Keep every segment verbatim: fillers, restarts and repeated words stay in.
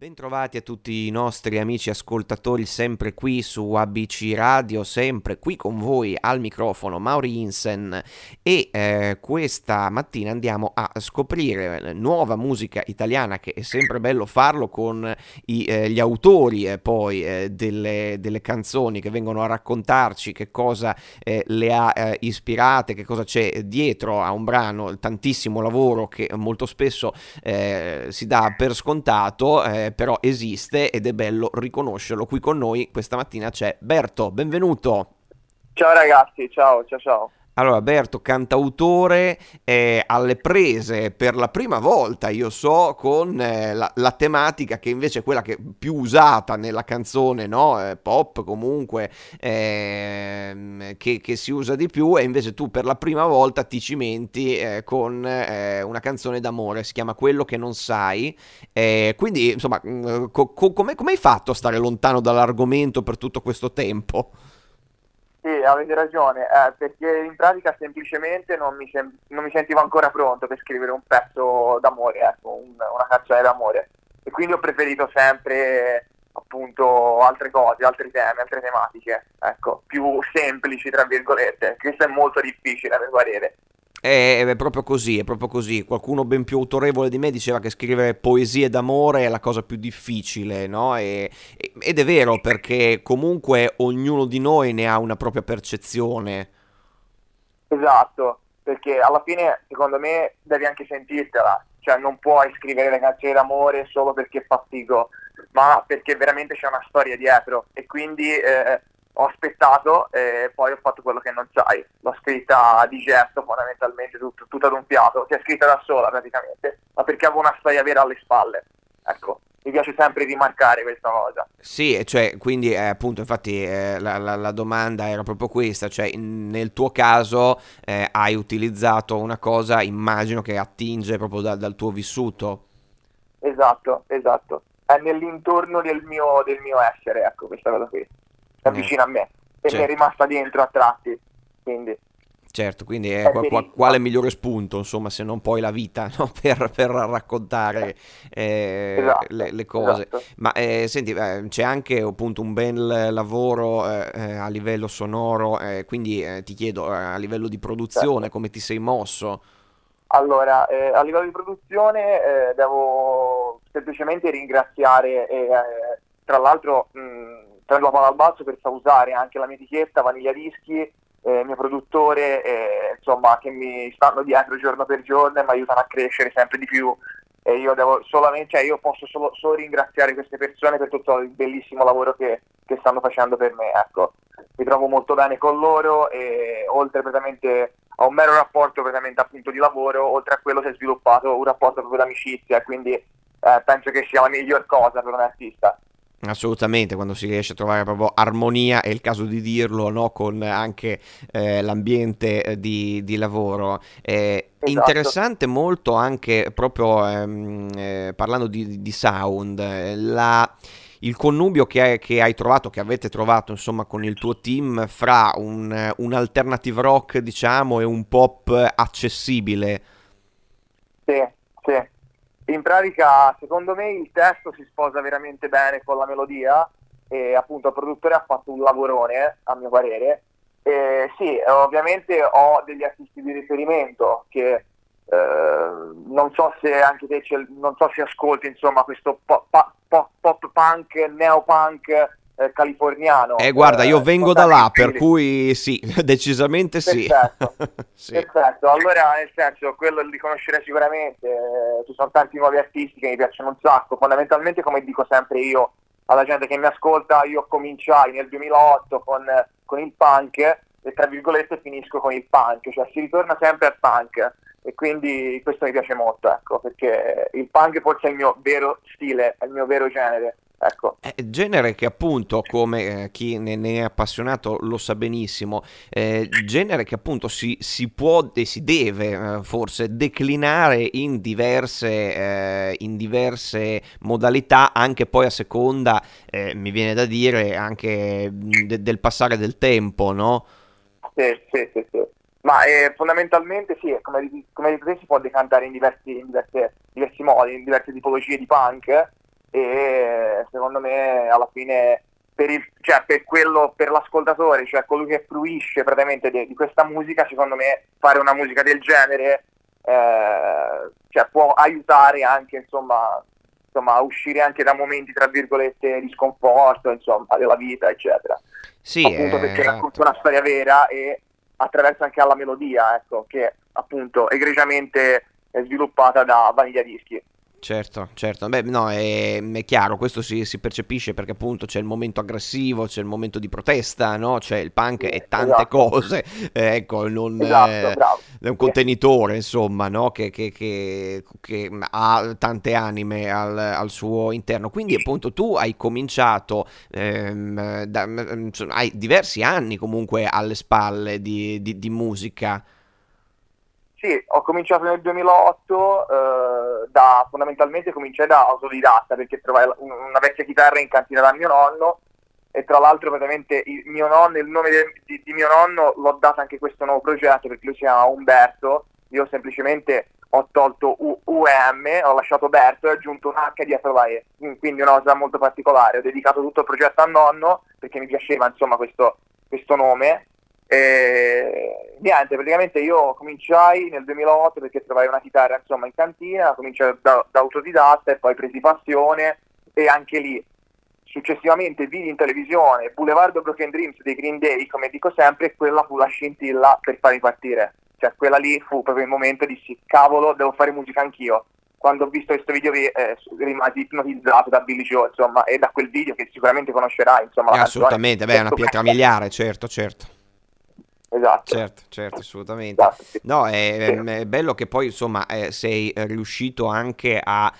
Bentrovati a tutti i nostri amici ascoltatori sempre qui su A B C Radio, sempre qui con voi al microfono Mauri Insen e eh, questa mattina andiamo a scoprire nuova musica italiana, che è sempre bello farlo con i, eh, gli autori eh, poi eh, delle, delle canzoni che vengono a raccontarci che cosa eh, le ha eh, ispirate, che cosa c'è dietro a un brano, tantissimo lavoro che molto spesso eh, si dà per scontato, eh, però esiste ed è bello riconoscerlo. Qui con noi questa mattina c'è Berto, benvenuto. Ciao ragazzi, ciao, ciao, ciao. Allora, Berto, cantautore eh, alle prese per la prima volta, io so, con eh, la, la tematica che invece è quella che è più usata nella canzone, no? Eh, pop comunque, ehm, che, che si usa di più, e invece tu per la prima volta ti cimenti eh, con eh, una canzone d'amore, si chiama Quello che non sai. Eh, quindi, insomma, mh, co- co- come come hai fatto a stare lontano dall'argomento per tutto questo tempo? Sì, avete ragione, eh, perché in pratica semplicemente non mi, sem- non mi sentivo ancora pronto per scrivere un pezzo d'amore, ecco, un- una canzone d'amore. E quindi ho preferito sempre appunto altre cose, altri temi, altre tematiche, ecco, più semplici, tra virgolette. Questo è molto difficile a mio parere. È, è proprio così, è proprio così. Qualcuno ben più autorevole di me diceva che scrivere poesie d'amore è la cosa più difficile, no? E- e- ed è vero, perché comunque ognuno di noi ne ha una propria percezione. Esatto, perché alla fine secondo me devi anche sentirtela, cioè non puoi scrivere le canzoni d'amore solo perché fa figo, ma perché veramente c'è una storia dietro e quindi eh, ho aspettato e poi ho fatto quello che non sai, l'ho scritta di gesto fondamentalmente, tut- tutta ad un fiato, si è scritta da sola praticamente, ma perché avevo una storia vera alle spalle, ecco, mi piace sempre rimarcare questa cosa. Sì, e cioè, quindi eh, appunto, infatti eh, la, la- la domanda era proprio questa, cioè in- nel tuo caso eh, hai utilizzato una cosa, immagino che attinge proprio da- dal tuo vissuto. Esatto, esatto. È nell'intorno del mio, del mio essere, ecco, questa cosa qui. È Eh, vicina a me e mi è certo. rimasta dentro a tratti, quindi Certo, quindi è è qua- qua- quale verissima. migliore spunto, insomma, se non poi la vita, no? per, per raccontare eh, le, Esatto, le cose. esatto. Ma eh, senti, eh, c'è anche appunto un bel lavoro eh, eh, a livello sonoro, eh, quindi eh, ti chiedo, eh, a livello di produzione, Certo. come ti sei mosso? Allora, eh, a livello di produzione eh, devo semplicemente ringraziare, e, eh, tra l'altro mh, prendo la palla al balzo per far usare anche la mia etichetta Vaniglia Dischi, eh, il mio produttore, eh, insomma, che mi stanno dietro giorno per giorno e mi aiutano a crescere sempre di più. E io devo solamente, cioè io posso solo, solo ringraziare queste persone per tutto il bellissimo lavoro che, che stanno facendo per me, ecco. Mi trovo molto bene con loro e oltre praticamente a un mero rapporto praticamente appunto di lavoro, oltre a quello si è sviluppato un rapporto proprio d'amicizia, quindi eh, penso che sia la miglior cosa per un artista. Assolutamente, quando si riesce a trovare proprio armonia, è il caso di dirlo, no? Con anche eh, l'ambiente eh, di, di lavoro. Eh, Esatto. interessante molto anche proprio ehm, eh, parlando di, di sound, eh, la, il connubio che hai, che hai trovato, che avete trovato insomma con il tuo team fra un, un alternative rock, diciamo, e un pop accessibile. Sì, sì. In pratica, secondo me il testo si sposa veramente bene con la melodia e appunto il produttore ha fatto un lavorone, a mio parere. E sì, ovviamente ho degli artisti di riferimento che eh, non so se anche te, ce- non so se ascolti, insomma, questo pop, pop, pop punk, neopunk eh, californiano. Eh, guarda, io Eh, ci sono vengo da stati là, per Billy. cui sì, decisamente sì. Perfetto, Sì. perfetto. Allora, nel senso, quello li conoscerei sicuramente. eh, ci sono tanti nuovi artisti che mi piacciono un sacco. Fondamentalmente, come dico sempre io alla gente che mi ascolta, io cominciai nel duemilaotto con, con il punk e tra virgolette finisco con il punk, cioè si ritorna sempre al punk e quindi questo mi piace molto, ecco, perché il punk forse è il mio vero stile, è il mio vero genere, ecco. Eh, genere che appunto, come eh, chi ne, ne è appassionato lo sa benissimo, eh, genere che appunto si, si può e si deve eh, forse declinare in diverse, eh, in diverse modalità, anche poi a seconda, eh, mi viene da dire, anche mh, de- del passare del tempo, no? Sì, sì, sì, sì. Ma eh, fondamentalmente sì, come, di- come hai detto te, si può decantare in diversi, in diverse- diversi modi, in diverse tipologie di punk. e secondo me alla fine per, il, cioè, per quello, per l'ascoltatore, cioè colui che fruisce praticamente di, di questa musica, secondo me fare una musica del genere eh, cioè, può aiutare anche insomma, insomma a uscire anche da momenti tra virgolette di sconforto insomma della vita eccetera, Sì, appunto eh, perché racconta esatto. una storia vera e attraverso anche alla melodia, ecco, che appunto egregiamente è sviluppata da Vaniglia Dischi. Certo, certo, beh, no, è, è chiaro, questo si, si percepisce perché appunto c'è il momento aggressivo, c'è il momento di protesta, no? C'è il punk Sì, e tante esatto, cose, eh, ecco, non esatto, eh, bravo. è un Sì, contenitore, insomma, no? Che, che- che- che ha tante anime al, al suo interno. Quindi appunto tu hai cominciato, ehm, da- insomma, hai diversi anni comunque alle spalle di, di di musica. sì, ho cominciato nel duemilaotto, eh, da, fondamentalmente cominciai da autodidatta perché trovai la- un- una vecchia chitarra in cantina da mio nonno e tra l'altro praticamente il mio nonno, il nome de- di, di mio nonno l'ho dato anche a questo nuovo progetto perché lui si chiama Umberto, io semplicemente ho tolto U- UM, ho lasciato Berto e ho aggiunto un H dietro la E, quindi una cosa molto particolare, ho dedicato tutto il progetto a nonno perché mi piaceva insomma questo, questo nome. E niente, praticamente io cominciai nel duemilaotto perché trovai una chitarra insomma in cantina, cominciai da, da autodidatta e poi presi passione e anche lì successivamente vidi in televisione Boulevard of Broken Dreams dei Green Day, come dico sempre, e quella fu la scintilla per farmi partire. Cioè quella lì fu proprio il momento e dissi cavolo, devo fare musica anch'io. Quando ho visto questo video eh, rimasi ipnotizzato da Billy Joe, insomma, e da quel video che sicuramente conoscerai, insomma, la canzone Assolutamente, beh, è è una pietra stupenda. miliare, certo, certo. Esatto, Certo, certo, assolutamente. esatto, sì. No, è, Sì. è bello che poi insomma eh, sei eh, riuscito anche a,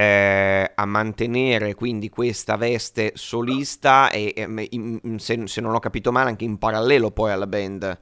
eh, a mantenere quindi questa veste solista e ehm, in- in- se, se non ho capito male anche in parallelo poi alla band.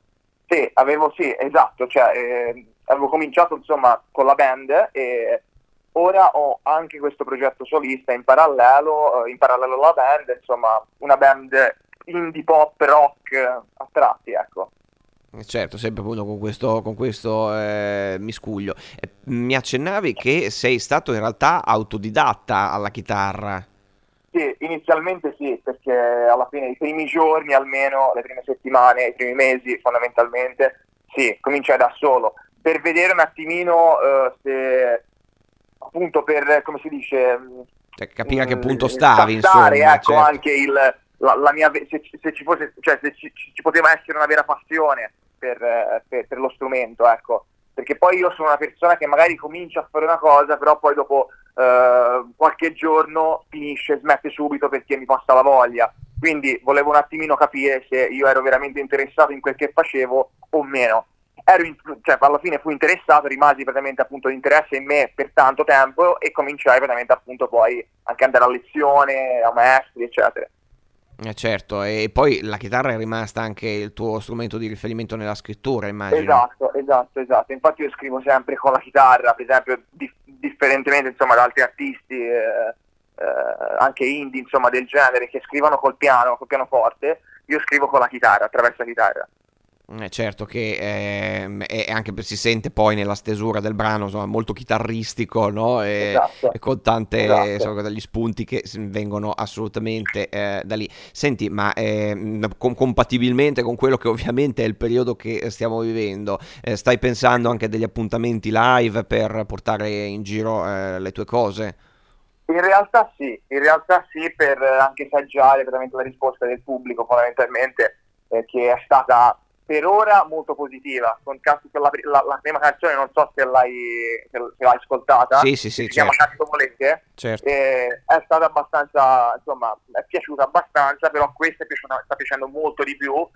Sì, avevo sì, esatto, cioè eh, avevo cominciato insomma con la band e ora ho anche questo progetto solista in parallelo, eh, in parallelo alla band, insomma, una band indie pop rock eh, a tratti, ecco. Eh, Certo, sempre appunto con questo, con questo eh, miscuglio. E mi accennavi che sei stato in realtà autodidatta alla chitarra. Sì, inizialmente sì, perché alla fine i primi giorni almeno, le prime settimane, i primi mesi fondamentalmente, sì, cominciai da solo, per vedere un attimino eh, se appunto per, come si dice, Cioè, capire a che punto mh, stavi, tastare insomma, ecco certo. anche il, la, la mia, se, se ci fosse, cioè se ci, ci poteva essere una vera passione per, eh, per, per lo strumento, ecco, perché poi io sono una persona che magari comincia a fare una cosa, però poi dopo eh, qualche giorno finisce, smette subito perché mi passa la voglia. Quindi volevo un attimino capire se io ero veramente interessato in quel che facevo o meno. Ero in, cioè, alla fine fui interessato, rimasi praticamente appunto di interesse in me per tanto tempo e cominciai praticamente appunto poi anche andare a lezione, a maestri, eccetera. Eh, certo, e poi la chitarra è rimasta anche il tuo strumento di riferimento nella scrittura, immagino. Esatto, esatto, esatto. Infatti io scrivo sempre con la chitarra, per esempio, dif- differentemente insomma da altri artisti, eh, eh, anche indie insomma del genere, che scrivono col piano, col pianoforte, io scrivo con la chitarra, attraverso la chitarra. Eh, certo che ehm, è anche per- si sente poi nella stesura del brano, insomma, molto chitarristico, no? E, e Esatto, con tante, esatto. insomma, degli spunti che s- vengono assolutamente eh, da lì. Senti, ma ehm, com- compatibilmente con quello che ovviamente è il periodo che stiamo vivendo, eh, stai pensando anche a degli appuntamenti live per portare in giro eh, le tue cose? In realtà sì, in realtà sì, per anche saggiare veramente la risposta del pubblico fondamentalmente, eh, che è stata per ora molto positiva. Con Cazzo per la, la, la prima canzone, non so se l'hai, se l'hai ascoltata, Sì, sì, che sì, si chiama certo, Cazzo Volete, certo. eh, è stata abbastanza, insomma, è piaciuta abbastanza, però questa è piaciuta, sta piacendo molto di più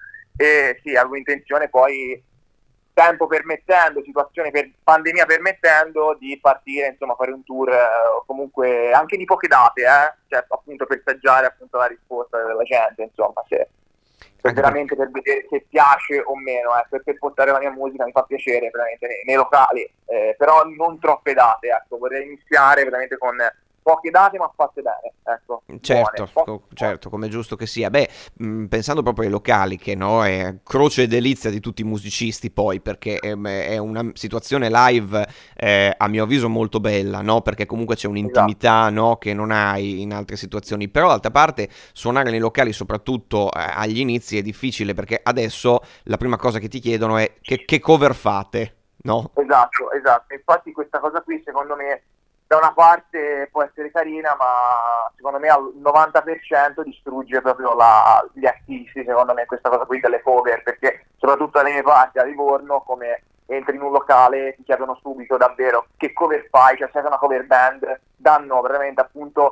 e sì, avevo intenzione poi tempo permettendo, situazione per pandemia permettendo, di partire, insomma, fare un tour eh, comunque anche di poche date, eh? Cioè, appunto per saggiare appunto la risposta della gente, insomma, se, se Anche perché veramente per vedere se piace o meno, ecco, e per portare la mia musica mi fa piacere veramente nei, nei locali, eh, però non troppe date, ecco, vorrei iniziare veramente con poche date ma fatte bene, ecco. Certo, buone, co- certo, come è giusto che sia. Beh, mh, pensando proprio ai locali, che no, è croce e delizia di tutti i musicisti poi, perché è, è una situazione live, eh, a mio avviso molto bella, no? Perché comunque c'è esatto. un'intimità, no, che non hai in altre situazioni. Però d'altra parte suonare nei locali, soprattutto eh, agli inizi, è difficile, perché adesso la prima cosa che ti chiedono è che, che cover fate, no? Esatto, esatto. Infatti questa cosa qui secondo me da una parte può essere carina, ma secondo me al novanta per cento distrugge proprio la, gli artisti, secondo me, questa cosa qui delle cover, perché soprattutto alle mie parti a Livorno, come entri in un locale ti chiedono subito davvero che cover fai, cioè se sei una cover band, danno veramente appunto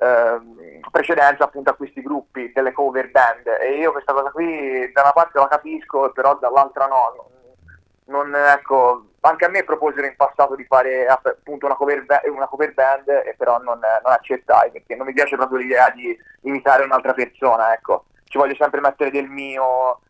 ehm, precedenza appunto a questi gruppi delle cover band, e io questa cosa qui da una parte la capisco, però dall'altra no. Non, ecco, anche a me proposero in passato di fare appunto una cover, una cover band, e però non, non accettai, perché non mi piace proprio l'idea di imitare un'altra persona, ecco, ci voglio sempre mettere del mio,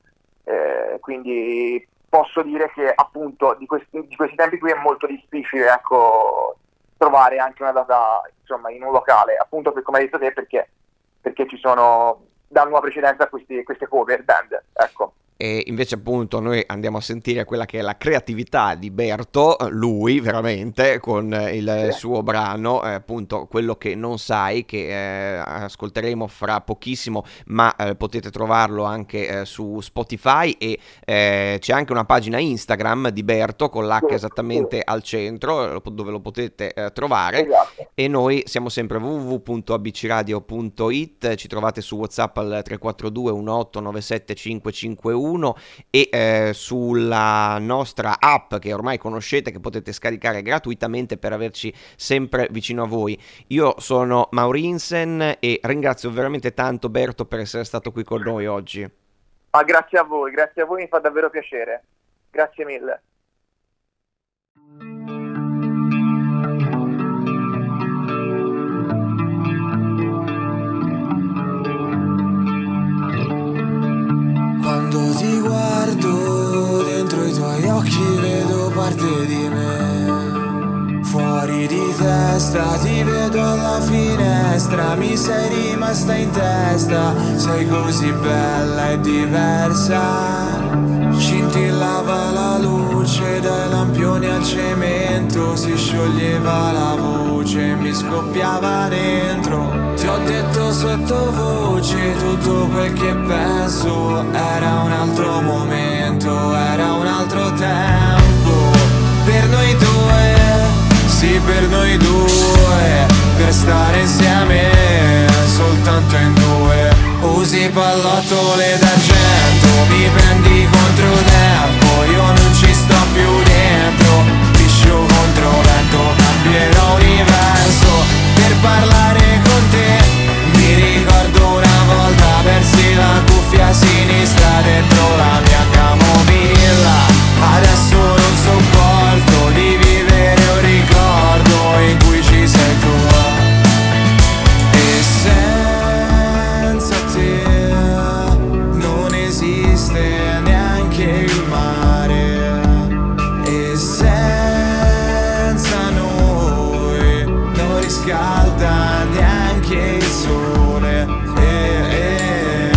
eh, quindi posso dire che appunto di questi, di questi tempi qui è molto difficile, ecco, trovare anche una data insomma in un locale, appunto per come hai detto te, perché, perché ci sono, danno una precedenza a questi, queste cover band, ecco. E invece appunto noi andiamo a sentire quella che è la creatività di Berto, lui veramente, con il Sì. suo brano, eh, appunto quello che non sai, che eh, ascolteremo fra pochissimo, ma eh, potete trovarlo anche eh, su Spotify, e eh, c'è anche una pagina Instagram di Berto con l'H Sì, esattamente sì, al centro, dove lo potete eh, trovare. esatto. E noi siamo sempre w w w punto a b c radio punto i t, ci trovate su WhatsApp al tre quattro due uno otto nove sette cinque cinque uno, e eh, sulla nostra app che ormai conoscete, che potete scaricare gratuitamente per averci sempre vicino a voi. Io sono Maurinsen e ringrazio veramente tanto Berto per essere stato qui con noi oggi. Ah, grazie a voi, grazie a voi, mi fa davvero piacere. Grazie mille. Quando ti guardo dentro i tuoi occhi vedo parte di me. Fuori di testa ti vedo alla finestra, mi sei rimasta in testa, sei così bella e diversa. Scintillava la luce dai lampioni al cemento, si scioglieva la voce, mi scoppiava dentro. Ti ho detto sottovoce tutto quel che penso, era un altro momento, era un altro tempo. Per noi due, sì per noi due, per stare insieme soltanto in due. Usi pallottole d'argento, mi prendi controtempo, io non ci sto più dentro, piscio contro vento, cambierò universo per parlare con te. Mi ricordo una volta persi la cuffia sinistra dentro la mia camomilla, adesso non sopporto di vivere un ricordo in cui ci sei tu. E senza te non esiste neanche il mare, e senza noi non riscalda neanche il sole. Eh, eh.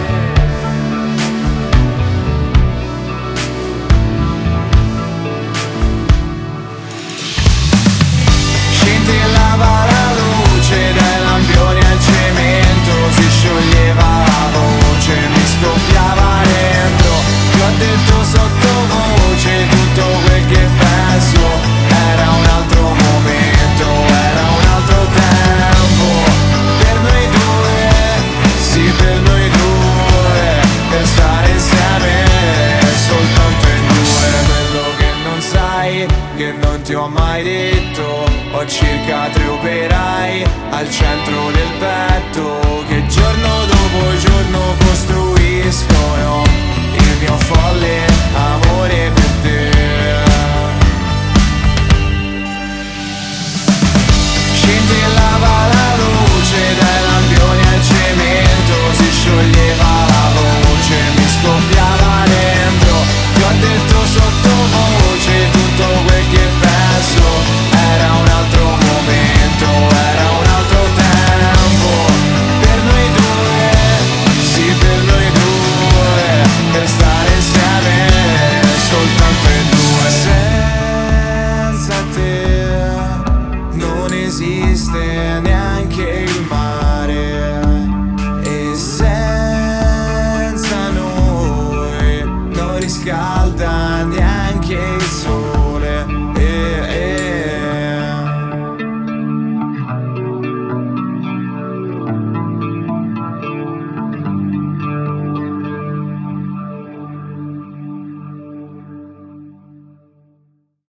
Scintillava la luce dai lampioni al cemento, si scioglieva la voce, mi scoppiava dentro. Ti ho detto sottovoce tutto quel che penso, era un altro momento, era un altro tempo. Per noi due, sì per noi due, per stare insieme soltanto in due. Quello che non sai, che non ti ho mai detto, ho circa tre operai al centro del petto, che giorno dopo giorno costruiscono il mio folle